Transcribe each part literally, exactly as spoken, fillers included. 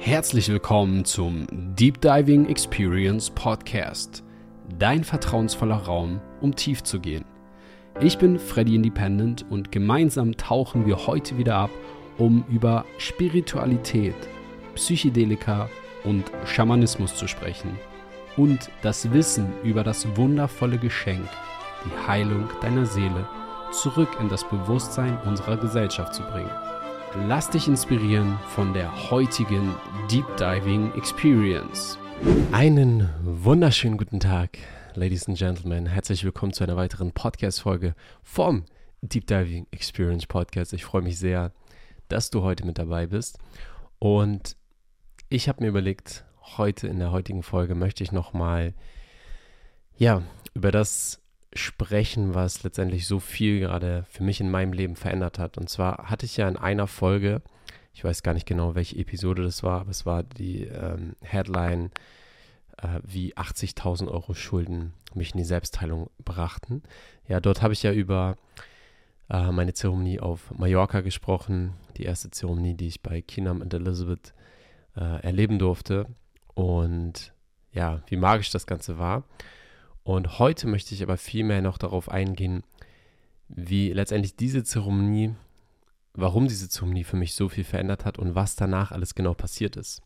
Herzlich willkommen zum Deep Diving Experience Podcast, dein vertrauensvoller Raum, um tief zu gehen. Ich bin Freddy Independent und gemeinsam tauchen wir heute wieder ab, um über Spiritualität, Psychedelika und Schamanismus zu sprechen und das Wissen über das wundervolle Geschenk, die Heilung deiner Seele, zurück in das Bewusstsein unserer Gesellschaft zu bringen. Lass dich inspirieren von der heutigen Deep Diving Experience. Einen wunderschönen guten Tag, Ladies and Gentlemen. Herzlich willkommen zu einer weiteren Podcast-Folge vom Deep Diving Experience Podcast. Ich freue mich sehr, dass du heute mit dabei bist. Und ich habe mir überlegt, heute in der heutigen Folge möchte ich nochmal ja, über das sprechen, was letztendlich so viel gerade für mich in meinem Leben verändert hat. Und zwar hatte ich ja in einer Folge, ich weiß gar nicht genau, welche Episode das war, aber es war die ähm, Headline, äh, wie achtzigtausend Euro Schulden mich in die Selbstheilung brachten. Ja, dort habe ich ja über äh, meine Zeremonie auf Mallorca gesprochen, die erste Zeremonie, die ich bei Keenan und Elizabeth äh, erleben durfte und ja, wie magisch das Ganze war. Und heute möchte ich aber viel mehr noch darauf eingehen, wie letztendlich diese Zeremonie, warum diese Zeremonie für mich so viel verändert hat und was danach alles genau passiert ist.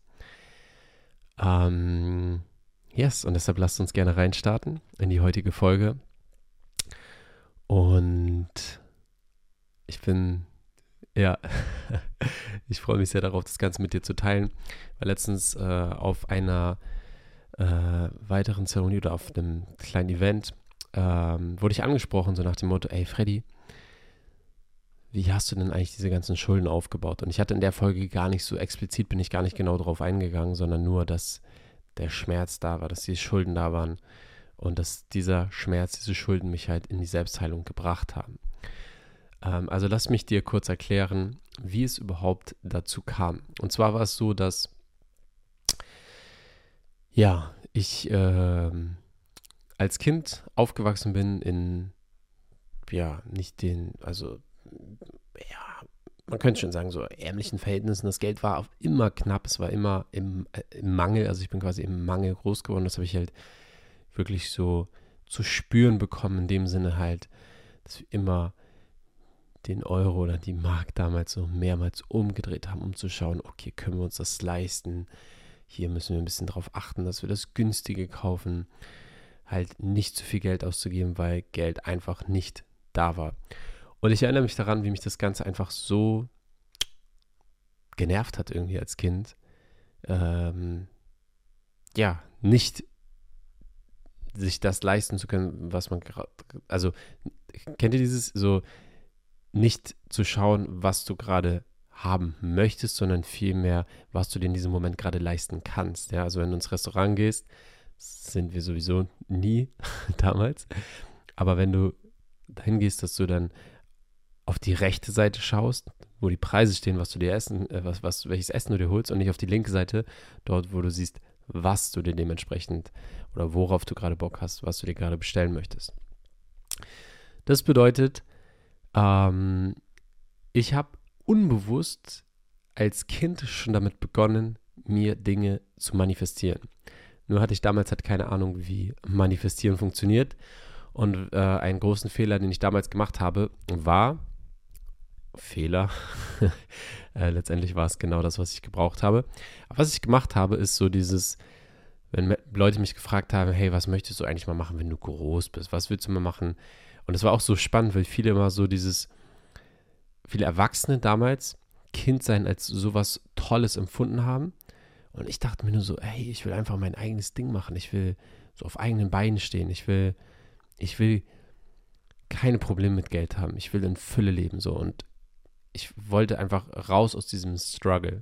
Ähm, yes, und deshalb lasst uns gerne reinstarten in die heutige Folge. Und ich bin, ja, ich freue mich sehr darauf, das Ganze mit dir zu teilen, weil letztens äh, auf einer Äh, weiteren Zeremonie oder auf einem kleinen Event ähm, wurde ich angesprochen, so nach dem Motto, ey Freddy, wie hast du denn eigentlich diese ganzen Schulden aufgebaut? Und ich hatte in der Folge gar nicht so explizit, bin ich gar nicht genau drauf eingegangen, sondern nur, dass der Schmerz da war, dass die Schulden da waren und dass dieser Schmerz, diese Schulden mich halt in die Selbstheilung gebracht haben. Ähm, also lass mich dir kurz erklären, wie es überhaupt dazu kam. Und zwar war es so, dass Ja, ich äh, als Kind aufgewachsen bin in, ja, nicht den, also, ja, man könnte schon sagen, so ärmlichen Verhältnissen. Das Geld war auch immer knapp, es war immer im, äh, im Mangel, also ich bin quasi im Mangel groß geworden. Das habe ich halt wirklich so zu spüren bekommen, in dem Sinne halt, dass wir immer den Euro oder die Mark damals so mehrmals umgedreht haben, um zu schauen, okay, können wir uns das leisten? Hier müssen wir ein bisschen darauf achten, dass wir das Günstige kaufen, halt nicht zu viel Geld auszugeben, weil Geld einfach nicht da war. Und ich erinnere mich daran, wie mich das Ganze einfach so genervt hat irgendwie als Kind. Ähm, ja, nicht sich das leisten zu können, was man gerade, also kennt ihr dieses, so nicht zu schauen, was du gerade haben möchtest, sondern vielmehr, was du dir in diesem Moment gerade leisten kannst. Ja, also wenn du ins Restaurant gehst, sind wir sowieso nie damals, aber wenn du dahin gehst, dass du dann auf die rechte Seite schaust, wo die Preise stehen, was du dir essen, äh, was, was, welches Essen du dir holst und nicht auf die linke Seite, dort, wo du siehst, was du dir dementsprechend oder worauf du gerade Bock hast, was du dir gerade bestellen möchtest. Das bedeutet, ähm, ich habe unbewusst als Kind schon damit begonnen, mir Dinge zu manifestieren. Nur hatte ich damals halt keine Ahnung, wie Manifestieren funktioniert. Und äh, einen großen Fehler, den ich damals gemacht habe, war, Fehler, äh, letztendlich war es genau das, was ich gebraucht habe. Aber was ich gemacht habe, ist so dieses, wenn Leute mich gefragt haben, hey, was möchtest du eigentlich mal machen, wenn du groß bist? Was willst du mal machen? Und es war auch so spannend, weil viele immer so dieses viele Erwachsene damals Kindsein als sowas Tolles empfunden haben. Und ich dachte mir nur so, hey, ich will einfach mein eigenes Ding machen. Ich will so auf eigenen Beinen stehen. Ich will, ich will keine Probleme mit Geld haben. Ich will in Fülle leben. So. Und ich wollte einfach raus aus diesem Struggle.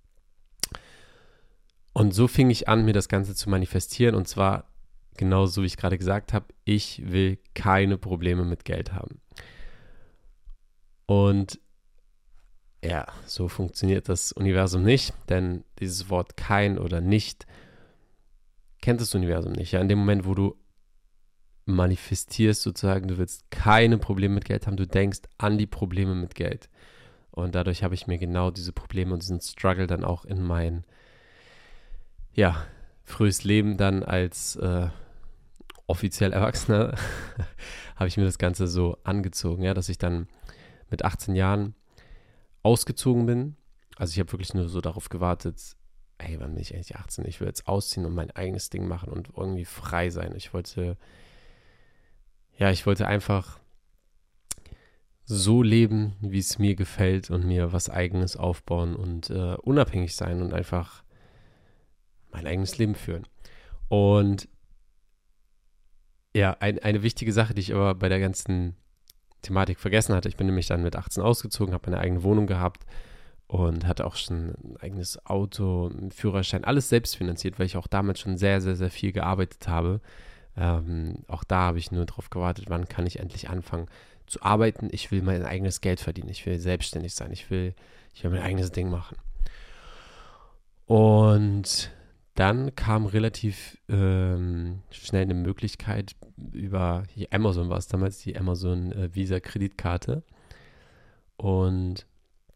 Und so fing ich an, mir das Ganze zu manifestieren. Und zwar genauso, wie ich gerade gesagt habe, ich will keine Probleme mit Geld haben. Und ja, so funktioniert das Universum nicht, denn dieses Wort kein oder nicht kennt das Universum nicht. Ja, in dem Moment, wo du manifestierst sozusagen, du willst keine Probleme mit Geld haben, du denkst an die Probleme mit Geld. Und dadurch habe ich mir genau diese Probleme und diesen Struggle dann auch in mein ja, frühes Leben dann als äh, offiziell Erwachsener habe ich mir das Ganze so angezogen, ja, dass ich dann mit achtzehn Jahren ausgezogen bin. Also ich habe wirklich nur so darauf gewartet, ey, wann bin ich eigentlich achtzehn? Ich will jetzt ausziehen und mein eigenes Ding machen und irgendwie frei sein. Ich wollte, ja, ich wollte einfach so leben, wie es mir gefällt und mir was Eigenes aufbauen und äh, unabhängig sein und einfach mein eigenes Leben führen. Und ja, ein, eine wichtige Sache, die ich aber bei der ganzen Thematik vergessen hatte, ich bin nämlich dann mit achtzehn ausgezogen, habe meine eigene Wohnung gehabt und hatte auch schon ein eigenes Auto, einen Führerschein, alles selbst finanziert, weil ich auch damals schon sehr, sehr, sehr viel gearbeitet habe. Ähm, auch da habe ich nur darauf gewartet, wann kann ich endlich anfangen zu arbeiten. Ich will mein eigenes Geld verdienen, ich will selbstständig sein, ich will, ich will mein eigenes Ding machen. Und dann kam relativ ähm, schnell eine Möglichkeit über die Amazon, war es damals, die Amazon äh, Visa-Kreditkarte. Und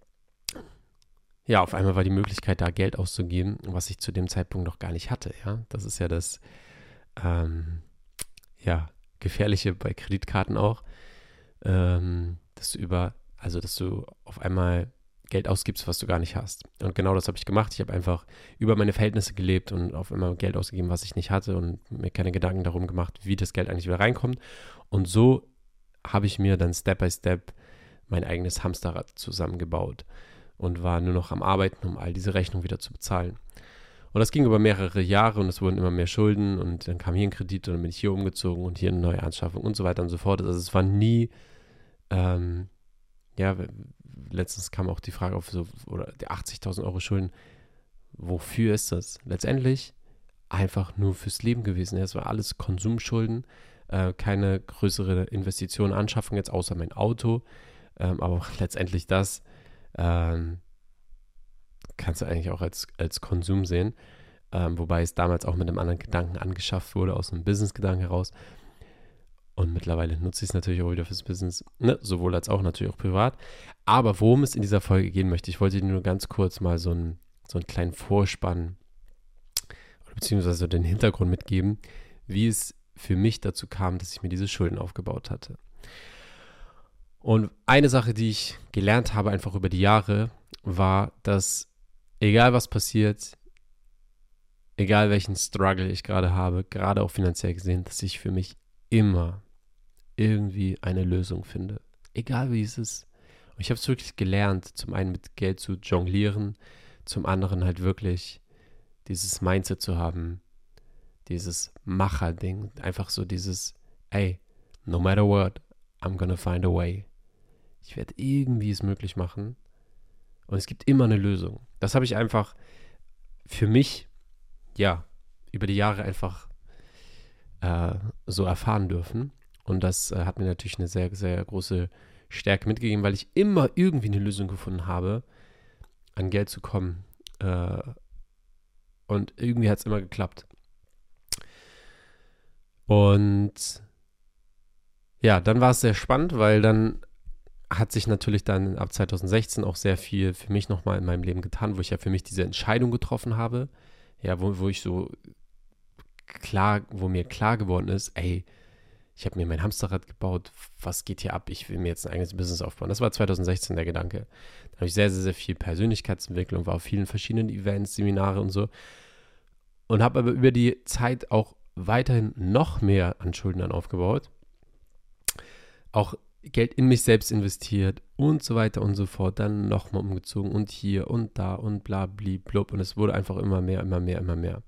ja, auf einmal war die Möglichkeit, da Geld auszugeben, was ich zu dem Zeitpunkt noch gar nicht hatte. Ja, das ist ja das ähm, ja, Gefährliche bei Kreditkarten auch, ähm, dass du über, also dass du auf einmal Geld ausgibst, was du gar nicht hast. Und genau das habe ich gemacht. Ich habe einfach über meine Verhältnisse gelebt und auf einmal Geld ausgegeben, was ich nicht hatte und mir keine Gedanken darum gemacht, wie das Geld eigentlich wieder reinkommt. Und so habe ich mir dann Step by Step mein eigenes Hamsterrad zusammengebaut und war nur noch am Arbeiten, um all diese Rechnungen wieder zu bezahlen. Und das ging über mehrere Jahre und es wurden immer mehr Schulden und dann kam hier ein Kredit und dann bin ich hier umgezogen und hier eine neue Anschaffung und so weiter und so fort. Also es war nie, ähm, ja, letztens kam auch die Frage auf so, oder die achtzigtausend Euro Schulden, wofür ist das? Letztendlich einfach nur fürs Leben gewesen. Ja, es war alles Konsumschulden, äh, keine größere Investition, Anschaffung jetzt außer mein Auto, ähm, aber letztendlich das ähm, kannst du eigentlich auch als, als Konsum sehen, ähm, wobei es damals auch mit einem anderen Gedanken angeschafft wurde, aus einem Business-Gedanken heraus. Und mittlerweile nutze ich es natürlich auch wieder fürs Business, ne? Sowohl als auch natürlich auch privat. Aber worum es in dieser Folge gehen möchte, ich wollte dir nur ganz kurz mal so einen, so einen kleinen Vorspann beziehungsweise den Hintergrund mitgeben, wie es für mich dazu kam, dass ich mir diese Schulden aufgebaut hatte. Und eine Sache, die ich gelernt habe einfach über die Jahre, war, dass egal was passiert, egal welchen Struggle ich gerade habe, gerade auch finanziell gesehen, dass ich für mich immer irgendwie eine Lösung finde. Egal wie es ist. Und ich habe es wirklich gelernt, zum einen mit Geld zu jonglieren, zum anderen halt wirklich dieses Mindset zu haben, dieses Macher-Ding, einfach so dieses, ey, no matter what, I'm gonna find a way. Ich werde irgendwie es möglich machen und es gibt immer eine Lösung. Das habe ich einfach für mich, ja, über die Jahre einfach äh, so erfahren dürfen. Und das äh, hat mir natürlich eine sehr, sehr große Stärke mitgegeben, weil ich immer irgendwie eine Lösung gefunden habe, an Geld zu kommen. Äh, und irgendwie hat es immer geklappt. Und ja, dann war es sehr spannend, weil dann hat sich natürlich dann ab zwanzig sechzehn auch sehr viel für mich nochmal in meinem Leben getan, wo ich ja für mich diese Entscheidung getroffen habe, ja, wo, wo ich so klar, wo mir klar geworden ist, ey, ich habe mir mein Hamsterrad gebaut, was geht hier ab? Ich will mir jetzt ein eigenes Business aufbauen. Das war zwanzig sechzehn der Gedanke. Da habe ich sehr, sehr, sehr viel Persönlichkeitsentwicklung, war auf vielen verschiedenen Events, Seminare und so und habe aber über die Zeit auch weiterhin noch mehr an Schulden dann aufgebaut, auch Geld in mich selbst investiert und so weiter und so fort, dann nochmal umgezogen und hier und da und bla bli blub und es wurde einfach immer mehr, immer mehr, immer mehr.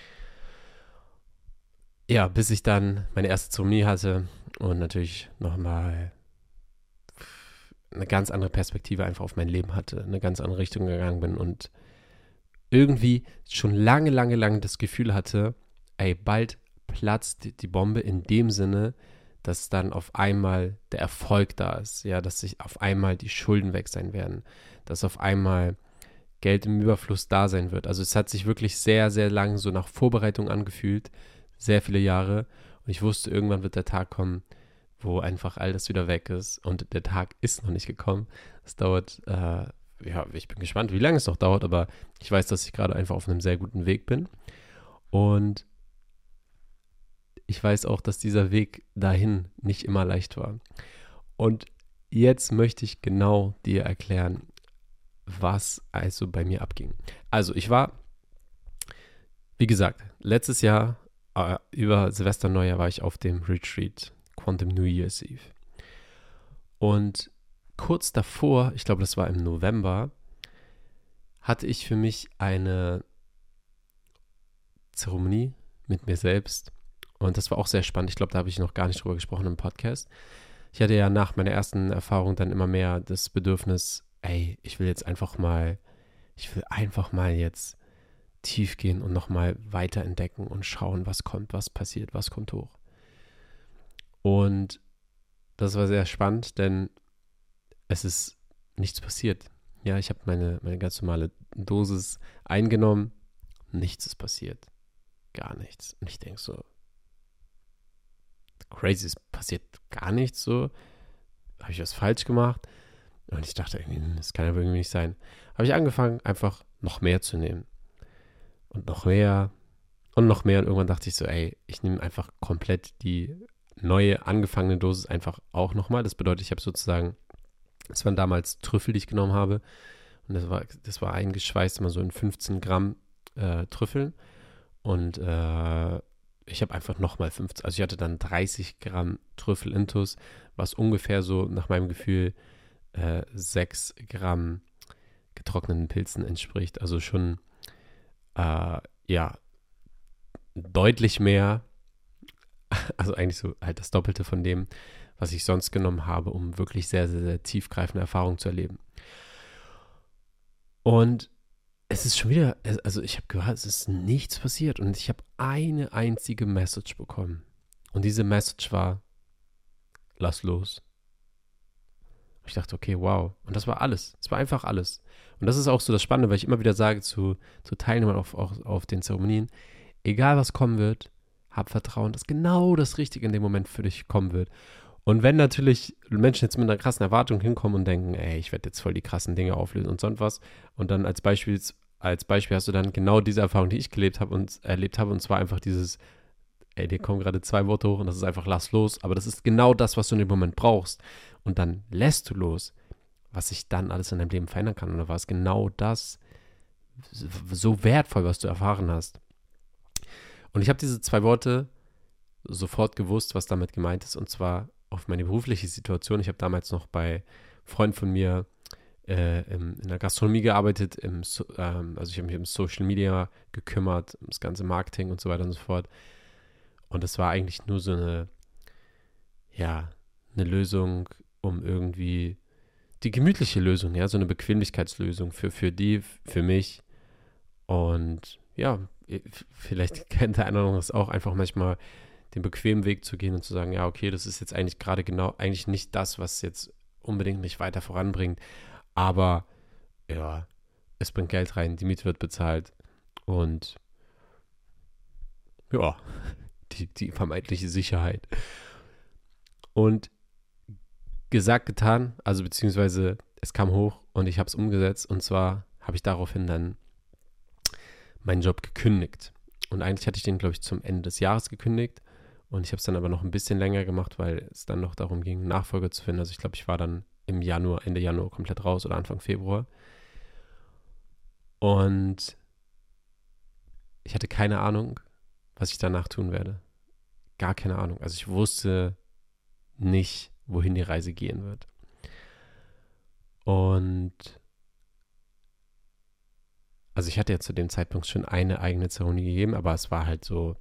Ja, bis ich dann meine erste Zeremonie hatte und natürlich nochmal eine ganz andere Perspektive einfach auf mein Leben hatte, eine ganz andere Richtung gegangen bin und irgendwie schon lange, lange, lange das Gefühl hatte, ey, bald platzt die Bombe in dem Sinne, dass dann auf einmal der Erfolg da ist, ja, dass sich auf einmal die Schulden weg sein werden, dass auf einmal Geld im Überfluss da sein wird. Also es hat sich wirklich sehr, sehr lang so nach Vorbereitung angefühlt, sehr viele Jahre und ich wusste, irgendwann wird der Tag kommen, wo einfach all das wieder weg ist und der Tag ist noch nicht gekommen. Es dauert, äh, ja, ich bin gespannt, wie lange es noch dauert, aber ich weiß, dass ich gerade einfach auf einem sehr guten Weg bin Und ich weiß auch, dass dieser Weg dahin nicht immer leicht war. Und jetzt möchte ich genau dir erklären, was also bei mir abging. Also ich war, wie gesagt, letztes Jahr äh, über Silvester Neujahr war ich auf dem Retreat Quantum New Year's Eve. Und kurz davor, ich glaube, das war im November, hatte ich für mich eine Zeremonie mit mir selbst. Und das war auch sehr spannend. Ich glaube, da habe ich noch gar nicht drüber gesprochen im Podcast. Ich hatte ja nach meiner ersten Erfahrung dann immer mehr das Bedürfnis, ey, ich will jetzt einfach mal, ich will einfach mal jetzt tief gehen und nochmal weiter entdecken und schauen, was kommt, was passiert, was kommt hoch. Und das war sehr spannend, denn es ist nichts passiert. Ja, ich habe meine, meine ganz normale Dosis eingenommen, nichts ist passiert. Gar nichts. Und ich denke so, crazy, es passiert gar nichts so. Habe ich was falsch gemacht? Und ich dachte irgendwie, das kann ja irgendwie nicht sein. Habe ich angefangen, einfach noch mehr zu nehmen. Und noch mehr und noch mehr. Und irgendwann dachte ich so, ey, ich nehme einfach komplett die neue, angefangene Dosis einfach auch nochmal. Das bedeutet, ich habe sozusagen, das waren damals Trüffel, die ich genommen habe. Und das war, das war eingeschweißt immer so in fünfzehn Gramm äh, Trüffeln. Und äh, ich habe einfach nochmal fünfzehn, also ich hatte dann dreißig Gramm Trüffel-Intus, was ungefähr so nach meinem Gefühl äh, sechs Gramm getrockneten Pilzen entspricht. Also schon, äh, ja, deutlich mehr, also eigentlich so halt das Doppelte von dem, was ich sonst genommen habe, um wirklich sehr, sehr, sehr tiefgreifende Erfahrungen zu erleben. Und es ist schon wieder, also ich habe gehört, es ist nichts passiert und ich habe eine einzige Message bekommen. Und diese Message war, lass los. Und ich dachte, okay, wow. Und das war alles. Das war einfach alles. Und das ist auch so das Spannende, weil ich immer wieder sage zu, zu Teilnehmern auf, auf, auf den Zeremonien, egal was kommen wird, hab Vertrauen, dass genau das Richtige in dem Moment für dich kommen wird. Und wenn natürlich Menschen jetzt mit einer krassen Erwartung hinkommen und denken, ey, ich werde jetzt voll die krassen Dinge auflösen und sonst was, und dann als Beispiel, als Beispiel hast du dann genau diese Erfahrung, die ich gelebt habe und erlebt habe, und zwar einfach dieses, ey, dir kommen gerade zwei Worte hoch und das ist einfach, lass los, aber das ist genau das, was du in dem Moment brauchst. Und dann lässt du los, was sich dann alles in deinem Leben verändern kann. Und da war es genau das, so wertvoll, was du erfahren hast. Und ich habe diese zwei Worte sofort gewusst, was damit gemeint ist, und zwar auf meine berufliche Situation. Ich habe damals noch bei Freunden von mir äh, im, in der Gastronomie gearbeitet, im, ähm, also ich habe mich um Social Media gekümmert, um das ganze Marketing und so weiter und so fort. Und es war eigentlich nur so eine, ja, eine Lösung, um irgendwie die gemütliche Lösung, ja, so eine Bequemlichkeitslösung für, für die, für mich. Und ja, vielleicht kennt der eine oder andere auch einfach manchmal den bequemen Weg zu gehen und zu sagen, ja, okay, das ist jetzt eigentlich gerade genau, eigentlich nicht das, was jetzt unbedingt mich weiter voranbringt, aber ja, es bringt Geld rein, die Miete wird bezahlt und ja, die, die vermeintliche Sicherheit. Und gesagt, getan, also beziehungsweise es kam hoch und ich habe es umgesetzt, und zwar habe ich daraufhin dann meinen Job gekündigt. Und eigentlich hatte ich den, glaube ich, zum Ende des Jahres gekündigt. Und ich habe es dann aber noch ein bisschen länger gemacht, weil es dann noch darum ging, Nachfolger zu finden. Also ich glaube, ich war dann im Januar, Ende Januar komplett raus oder Anfang Februar. Und ich hatte keine Ahnung, was ich danach tun werde. Gar keine Ahnung. Also ich wusste nicht, wohin die Reise gehen wird. Und also ich hatte ja zu dem Zeitpunkt schon eine eigene Zeremonie gegeben, aber es war halt so,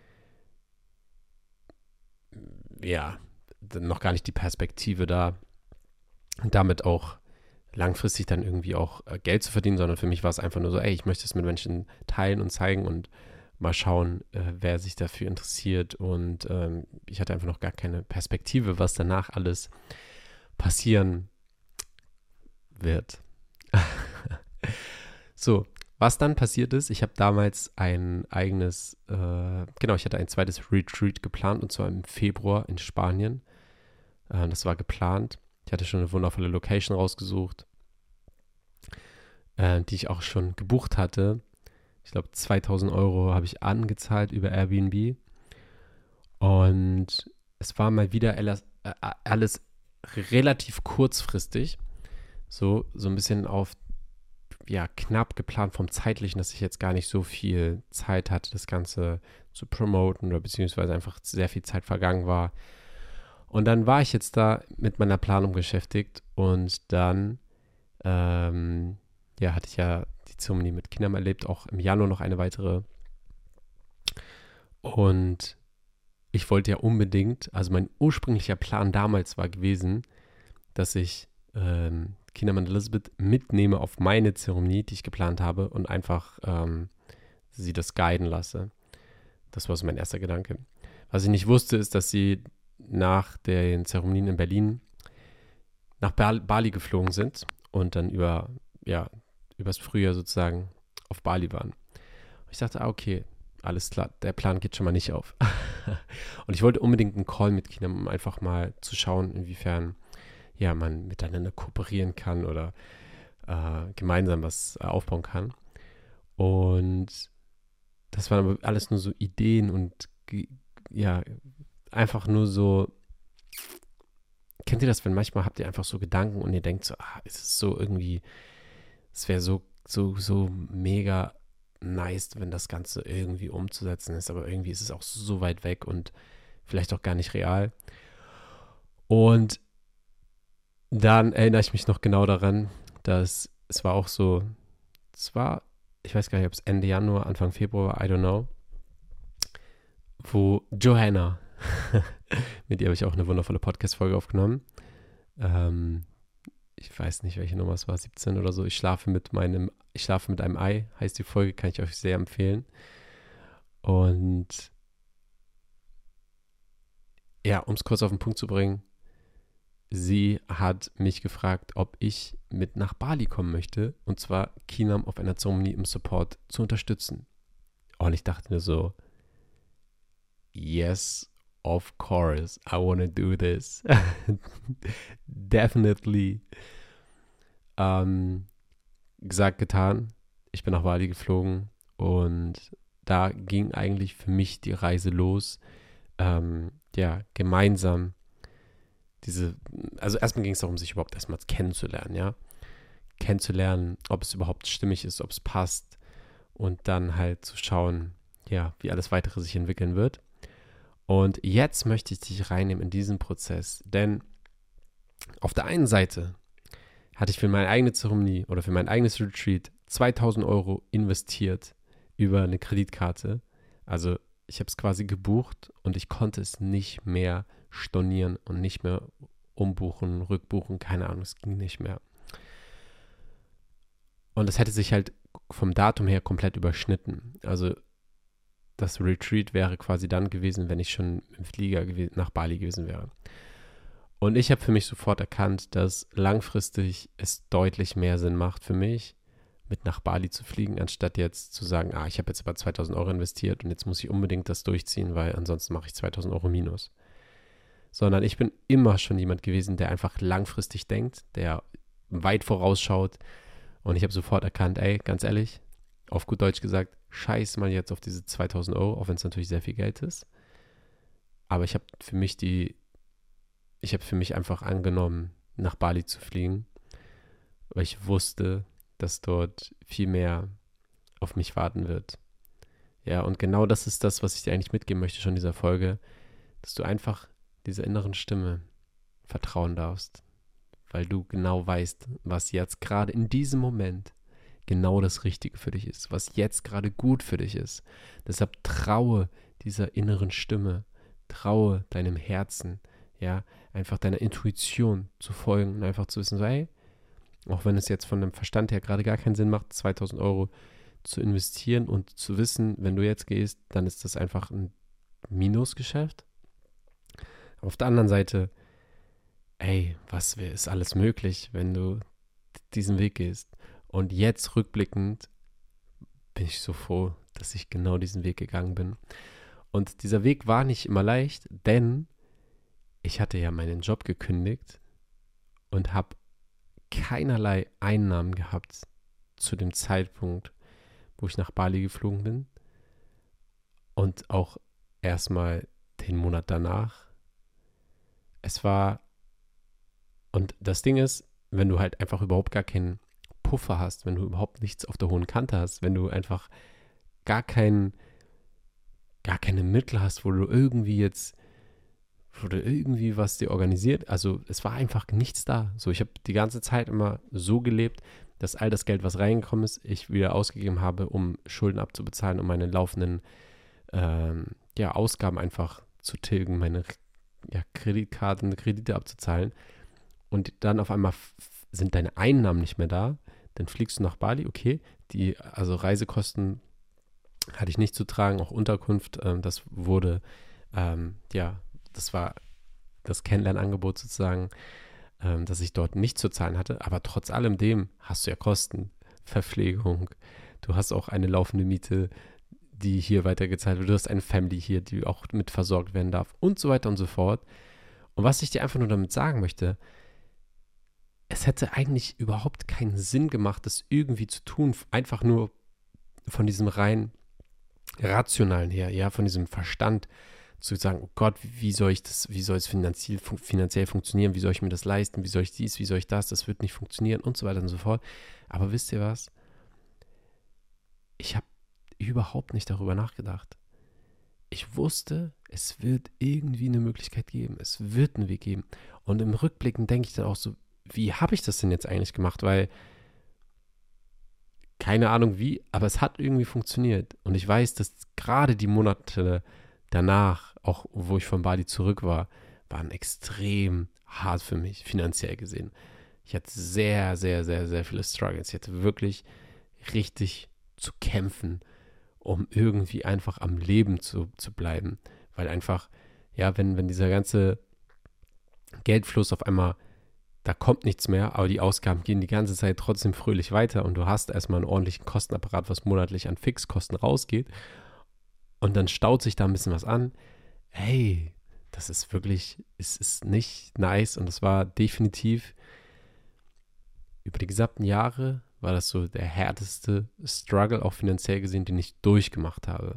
ja, noch gar nicht die Perspektive da, und damit auch langfristig dann irgendwie auch äh, Geld zu verdienen, sondern für mich war es einfach nur so, ey, ich möchte es mit Menschen teilen und zeigen und mal schauen, äh, wer sich dafür interessiert, und ähm, ich hatte einfach noch gar keine Perspektive, was danach alles passieren wird. So, was dann passiert ist, ich habe damals ein eigenes, äh, genau, ich hatte ein zweites Retreat geplant, und zwar im Februar in Spanien. Äh, das war geplant. Ich hatte schon eine wundervolle Location rausgesucht, äh, die ich auch schon gebucht hatte. Ich glaube, zweitausend Euro habe ich angezahlt über Airbnb. Und es war mal wieder alles, äh, alles relativ kurzfristig. So, so ein bisschen auf, ja, knapp geplant vom Zeitlichen, dass ich jetzt gar nicht so viel Zeit hatte, das Ganze zu promoten oder beziehungsweise einfach sehr viel Zeit vergangen war. Und dann war ich jetzt da mit meiner Planung beschäftigt und dann, ähm, ja, hatte ich ja die Zeremonie mit Kindern erlebt, auch im Januar noch eine weitere. Und ich wollte ja unbedingt, also mein ursprünglicher Plan damals war gewesen, dass ich ähm, Kindermann Elizabeth mitnehme auf meine Zeremonie, die ich geplant habe und einfach ähm, sie das guiden lasse. Das war so mein erster Gedanke. Was ich nicht wusste, ist, dass sie nach den Zeremonien in Berlin nach Bali geflogen sind und dann über, ja, übers Frühjahr sozusagen auf Bali waren. Und ich dachte, ah, okay, alles klar, der Plan geht schon mal nicht auf. Und ich wollte unbedingt einen Call mit Kindern, um einfach mal zu schauen, inwiefern ja, man miteinander kooperieren kann oder äh, gemeinsam was äh, aufbauen kann. Und das waren aber alles nur so Ideen und ja, einfach nur so, kennt ihr das, wenn manchmal habt ihr einfach so Gedanken und ihr denkt so, ah, es ist so irgendwie, es wäre so, so, so mega nice, wenn das Ganze irgendwie umzusetzen ist, aber irgendwie ist es auch so weit weg und vielleicht auch gar nicht real. Und dann erinnere ich mich noch genau daran, dass es war auch so, es war, ich weiß gar nicht, ob es Ende Januar, Anfang Februar, I don't know, wo Johanna, mit ihr habe ich auch eine wundervolle Podcast-Folge aufgenommen. Ähm, ich weiß nicht, welche Nummer es war, siebzehn oder so. Ich schlafe mit meinem, ich schlafe mit einem Ei, heißt die Folge, kann ich euch sehr empfehlen. Und ja, um es kurz auf den Punkt zu bringen, sie hat mich gefragt, ob ich mit nach Bali kommen möchte, und zwar Kinam auf einer Zeremonie im Support zu unterstützen. Und ich dachte mir so, yes, of course, I wanna do this. Definitely. Ähm, gesagt, getan. Ich bin nach Bali geflogen und da ging eigentlich für mich die Reise los. Ähm, ja, gemeinsam diese, also erstmal ging es darum, sich überhaupt erstmal kennenzulernen, ja. Kennenzulernen, ob es überhaupt stimmig ist, ob es passt und dann halt zu schauen, ja, wie alles weitere sich entwickeln wird. Und jetzt möchte ich dich reinnehmen in diesen Prozess, denn auf der einen Seite hatte ich für meine eigene Zeremonie oder für mein eigenes Retreat zweitausend Euro investiert über eine Kreditkarte. Also ich habe es quasi gebucht und ich konnte es nicht mehr stornieren und nicht mehr umbuchen, rückbuchen, keine Ahnung, es ging nicht mehr. Und das hätte sich halt vom Datum her komplett überschnitten. Also das Retreat wäre quasi dann gewesen, wenn ich schon im Flieger nach Bali gewesen wäre. Und ich habe für mich sofort erkannt, dass langfristig es deutlich mehr Sinn macht für mich, mit nach Bali zu fliegen, anstatt jetzt zu sagen, ah, ich habe jetzt aber zweitausend Euro investiert und jetzt muss ich unbedingt das durchziehen, weil ansonsten mache ich zweitausend Euro minus. Sondern ich bin immer schon jemand gewesen, der einfach langfristig denkt, der weit vorausschaut. Und ich habe sofort erkannt, ey, ganz ehrlich, auf gut Deutsch gesagt, scheiß mal jetzt auf diese zweitausend Euro, auch wenn es natürlich sehr viel Geld ist. Aber ich habe für mich die, ich habe für mich einfach angenommen, nach Bali zu fliegen, weil ich wusste, dass dort viel mehr auf mich warten wird. Ja, und genau das ist das, was ich dir eigentlich mitgeben möchte schon in dieser Folge, dass du einfach dieser inneren Stimme vertrauen darfst, weil du genau weißt, was jetzt gerade in diesem Moment genau das Richtige für dich ist, was jetzt gerade gut für dich ist. Deshalb traue dieser inneren Stimme, traue deinem Herzen, ja, einfach deiner Intuition zu folgen und einfach zu wissen, so, hey, auch wenn es jetzt von dem Verstand her gerade gar keinen Sinn macht, zweitausend Euro zu investieren und zu wissen, wenn du jetzt gehst, dann ist das einfach ein Minusgeschäft. Auf der anderen Seite, ey, was ist alles möglich, wenn du diesen Weg gehst? Und jetzt rückblickend bin ich so froh, dass ich genau diesen Weg gegangen bin. Und dieser Weg war nicht immer leicht, denn ich hatte ja meinen Job gekündigt und habe keinerlei Einnahmen gehabt zu dem Zeitpunkt wo ich nach Bali geflogen bin. Und auch erstmal den Monat danach. Es war, und das Ding ist, wenn du halt einfach überhaupt gar keinen Puffer hast, wenn du überhaupt nichts auf der hohen Kante hast, wenn du einfach gar kein, gar keine Mittel hast, wo du irgendwie jetzt, wo du irgendwie was dir organisiert, also es war einfach nichts da. So, ich habe die ganze Zeit immer so gelebt, dass all das Geld, was reingekommen ist, ich wieder ausgegeben habe, um Schulden abzubezahlen, um meine laufenden ähm, ja, Ausgaben einfach zu tilgen, meine ja, Kreditkarten, Kredite abzuzahlen. Und dann auf einmal f- sind deine Einnahmen nicht mehr da. Dann fliegst du nach Bali, okay, die, also Reisekosten hatte ich nicht zu tragen, auch Unterkunft, ähm, das wurde, ähm, ja, das war das Kennenlernangebot sozusagen, ähm, dass ich dort nicht zu zahlen hatte, aber trotz allem dem hast du ja Kosten, Verpflegung, du hast auch eine laufende Miete, die hier weitergezahlt wird, du hast eine Family hier, die auch mit versorgt werden darf und so weiter und so fort. Und was ich dir einfach nur damit sagen möchte, es hätte eigentlich überhaupt keinen Sinn gemacht, das irgendwie zu tun, einfach nur von diesem rein rationalen her, ja, von diesem Verstand zu sagen, oh Gott, wie soll ich das, wie soll es finanziell, fun- finanziell funktionieren, wie soll ich mir das leisten, wie soll ich dies, wie soll ich das, das wird nicht funktionieren und so weiter und so fort. Aber wisst ihr was? Ich habe überhaupt nicht darüber nachgedacht. Ich wusste, es wird irgendwie eine Möglichkeit geben, es wird einen Weg geben. Und im Rückblicken denke ich dann auch so, wie habe ich das denn jetzt eigentlich gemacht? Weil, keine Ahnung wie, aber es hat irgendwie funktioniert. Und ich weiß, dass gerade die Monate danach, auch wo ich von Bali zurück war, waren extrem hart für mich, finanziell gesehen. Ich hatte sehr, sehr, sehr, sehr viele Struggles. Ich hatte wirklich richtig zu kämpfen, um irgendwie einfach am Leben zu, zu bleiben. Weil einfach, ja, wenn, wenn dieser ganze Geldfluss auf einmal, da kommt nichts mehr, aber die Ausgaben gehen die ganze Zeit trotzdem fröhlich weiter und du hast erstmal einen ordentlichen Kostenapparat, was monatlich an Fixkosten rausgeht und dann staut sich da ein bisschen was an. Hey, das ist wirklich, es ist nicht nice und das war definitiv über die gesamten Jahre war das so der härteste Struggle, auch finanziell gesehen, den ich durchgemacht habe.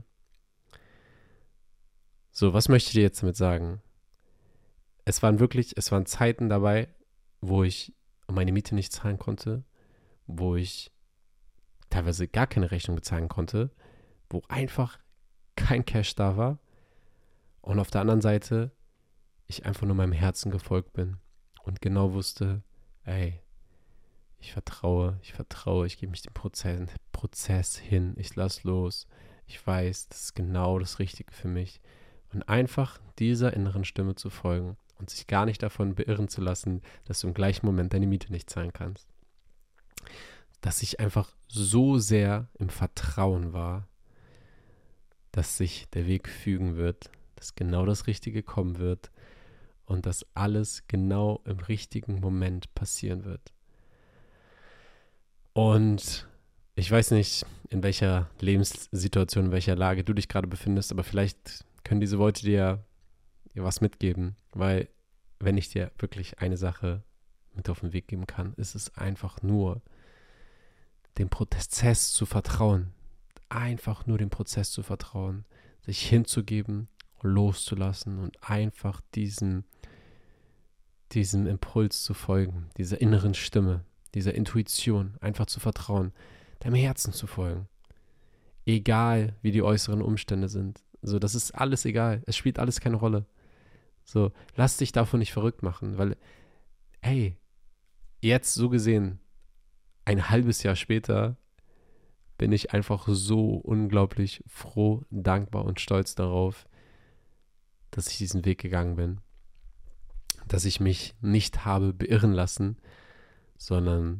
So, was möchte ich dir jetzt damit sagen? Es waren wirklich, es waren Zeiten dabei, wo ich meine Miete nicht zahlen konnte, wo ich teilweise gar keine Rechnung bezahlen konnte, wo einfach kein Cash da war und auf der anderen Seite ich einfach nur meinem Herzen gefolgt bin und genau wusste, ey, ich vertraue, ich vertraue, ich gebe mich dem Prozess, Prozess hin, ich lass los, ich weiß, das ist genau das Richtige für mich und einfach dieser inneren Stimme zu folgen und sich gar nicht davon beirren zu lassen, dass du im gleichen Moment deine Miete nicht zahlen kannst. Dass ich einfach so sehr im Vertrauen war, dass sich der Weg fügen wird, dass genau das Richtige kommen wird und dass alles genau im richtigen Moment passieren wird. Und ich weiß nicht, in welcher Lebenssituation, in welcher Lage du dich gerade befindest, aber vielleicht können diese Worte dir dir was mitgeben, weil wenn ich dir wirklich eine Sache mit auf den Weg geben kann, ist es einfach nur, dem Prozess zu vertrauen. Einfach nur dem Prozess zu vertrauen, sich hinzugeben, loszulassen und einfach diesem, diesem Impuls zu folgen, dieser inneren Stimme, dieser Intuition, einfach zu vertrauen, deinem Herzen zu folgen. Egal, wie die äußeren Umstände sind. So, das ist alles egal. Es spielt alles keine Rolle. So, lass dich davon nicht verrückt machen, weil, hey, jetzt so gesehen, ein halbes Jahr später, bin ich einfach so unglaublich froh, dankbar und stolz darauf, dass ich diesen Weg gegangen bin. Dass ich mich nicht habe beirren lassen, sondern,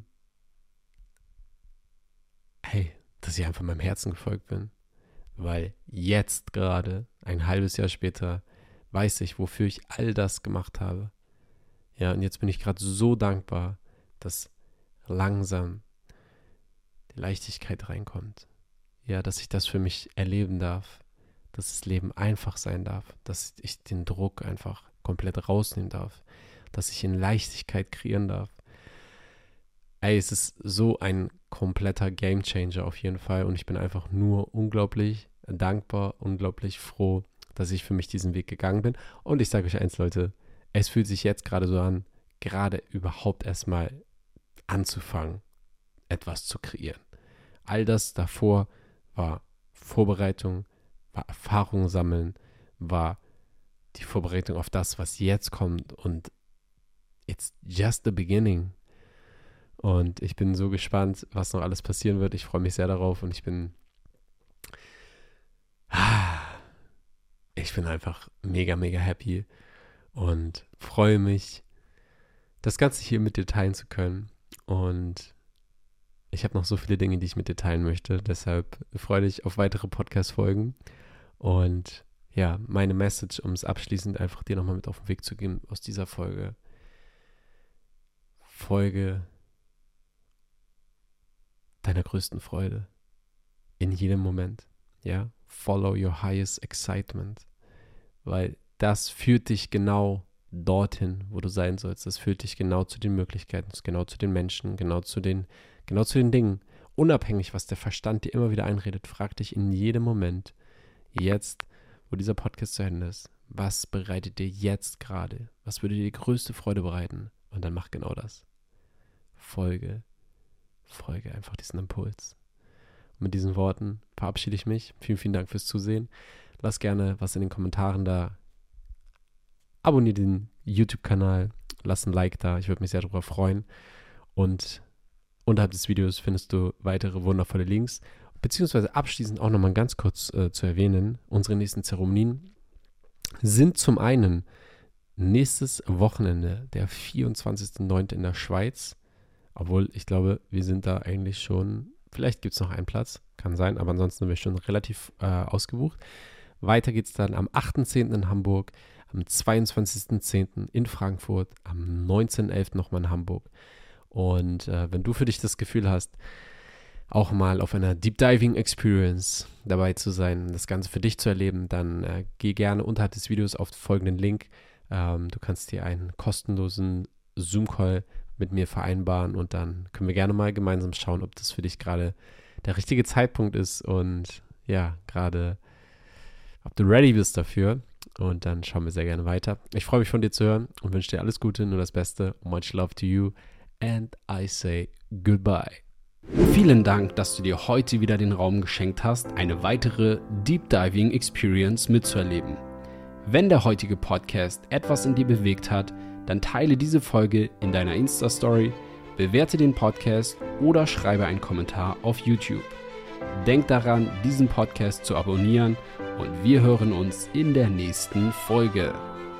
hey, dass ich einfach meinem Herzen gefolgt bin. Weil jetzt gerade, ein halbes Jahr später, weiß ich, wofür ich all das gemacht habe. Ja, und jetzt bin ich gerade so dankbar, dass langsam die Leichtigkeit reinkommt. Ja, dass ich das für mich erleben darf, dass das Leben einfach sein darf, dass ich den Druck einfach komplett rausnehmen darf, dass ich in Leichtigkeit kreieren darf. ey, es ist so ein kompletter Gamechanger auf jeden Fall und ich bin einfach nur unglaublich dankbar, unglaublich froh, dass ich für mich diesen Weg gegangen bin. Und ich sage euch eins, Leute, es fühlt sich jetzt gerade so an, gerade überhaupt erstmal anzufangen, etwas zu kreieren. All das davor war Vorbereitung, war Erfahrung sammeln, war die Vorbereitung auf das, was jetzt kommt und it's just the beginning. Und ich bin so gespannt, was noch alles passieren wird. Ich freue mich sehr darauf und ich bin ich bin einfach mega, mega happy und freue mich, das Ganze hier mit dir teilen zu können. Und ich habe noch so viele Dinge, die ich mit dir teilen möchte. Deshalb freue dich auf weitere Podcast-Folgen. Und ja, meine Message, um es abschließend einfach dir nochmal mit auf den Weg zu geben aus dieser Folge. Folge deiner größten Freude. In jedem Moment. Ja, follow your highest excitement. Weil das führt dich genau dorthin, wo du sein sollst. Das führt dich genau zu den Möglichkeiten, genau zu den Menschen, genau zu den, genau zu den Dingen. Unabhängig, was der Verstand dir immer wieder einredet, frag dich in jedem Moment, jetzt, wo dieser Podcast zu Ende ist, was bereitet dir jetzt gerade? Was würde dir die größte Freude bereiten? Und dann mach genau das. Folge, folge einfach diesen Impuls. Und mit diesen Worten verabschiede ich mich. Vielen, vielen Dank fürs Zusehen. Lass gerne was in den Kommentaren da. Abonniere den YouTube-Kanal. Lass ein Like da. Ich würde mich sehr darüber freuen. Und unterhalb des Videos findest du weitere wundervolle Links. Beziehungsweise abschließend auch nochmal ganz kurz äh, zu erwähnen, unsere nächsten Zeremonien sind zum einen nächstes Wochenende, der vierundzwanzigsten neunten in der Schweiz. Obwohl, ich glaube, wir sind da eigentlich schon, vielleicht gibt es noch einen Platz, kann sein, aber ansonsten sind wir schon relativ äh, ausgebucht. Weiter geht es dann am achten zehnten in Hamburg, am zweiundzwanzigsten zehnten in Frankfurt, am neunzehnten elften nochmal in Hamburg. Und äh, wenn du für dich das Gefühl hast, auch mal auf einer Deep Diving Experience dabei zu sein, das Ganze für dich zu erleben, dann äh, geh gerne unterhalb des Videos auf folgenden Link. Ähm, du kannst dir einen kostenlosen Zoom-Call mit mir vereinbaren und dann können wir gerne mal gemeinsam schauen, ob das für dich gerade der richtige Zeitpunkt ist und ja, gerade ob du ready bist dafür. Und dann schauen wir sehr gerne weiter. Ich freue mich von dir zu hören und wünsche dir alles Gute, nur das Beste. Much love to you and I say goodbye. Vielen Dank, dass du dir heute wieder den Raum geschenkt hast, eine weitere Deep Diving Experience mitzuerleben. Wenn der heutige Podcast etwas in dir bewegt hat, dann teile diese Folge in deiner Insta-Story, bewerte den Podcast oder schreibe einen Kommentar auf YouTube. Denk daran, diesen Podcast zu abonnieren und wir hören uns in der nächsten Folge.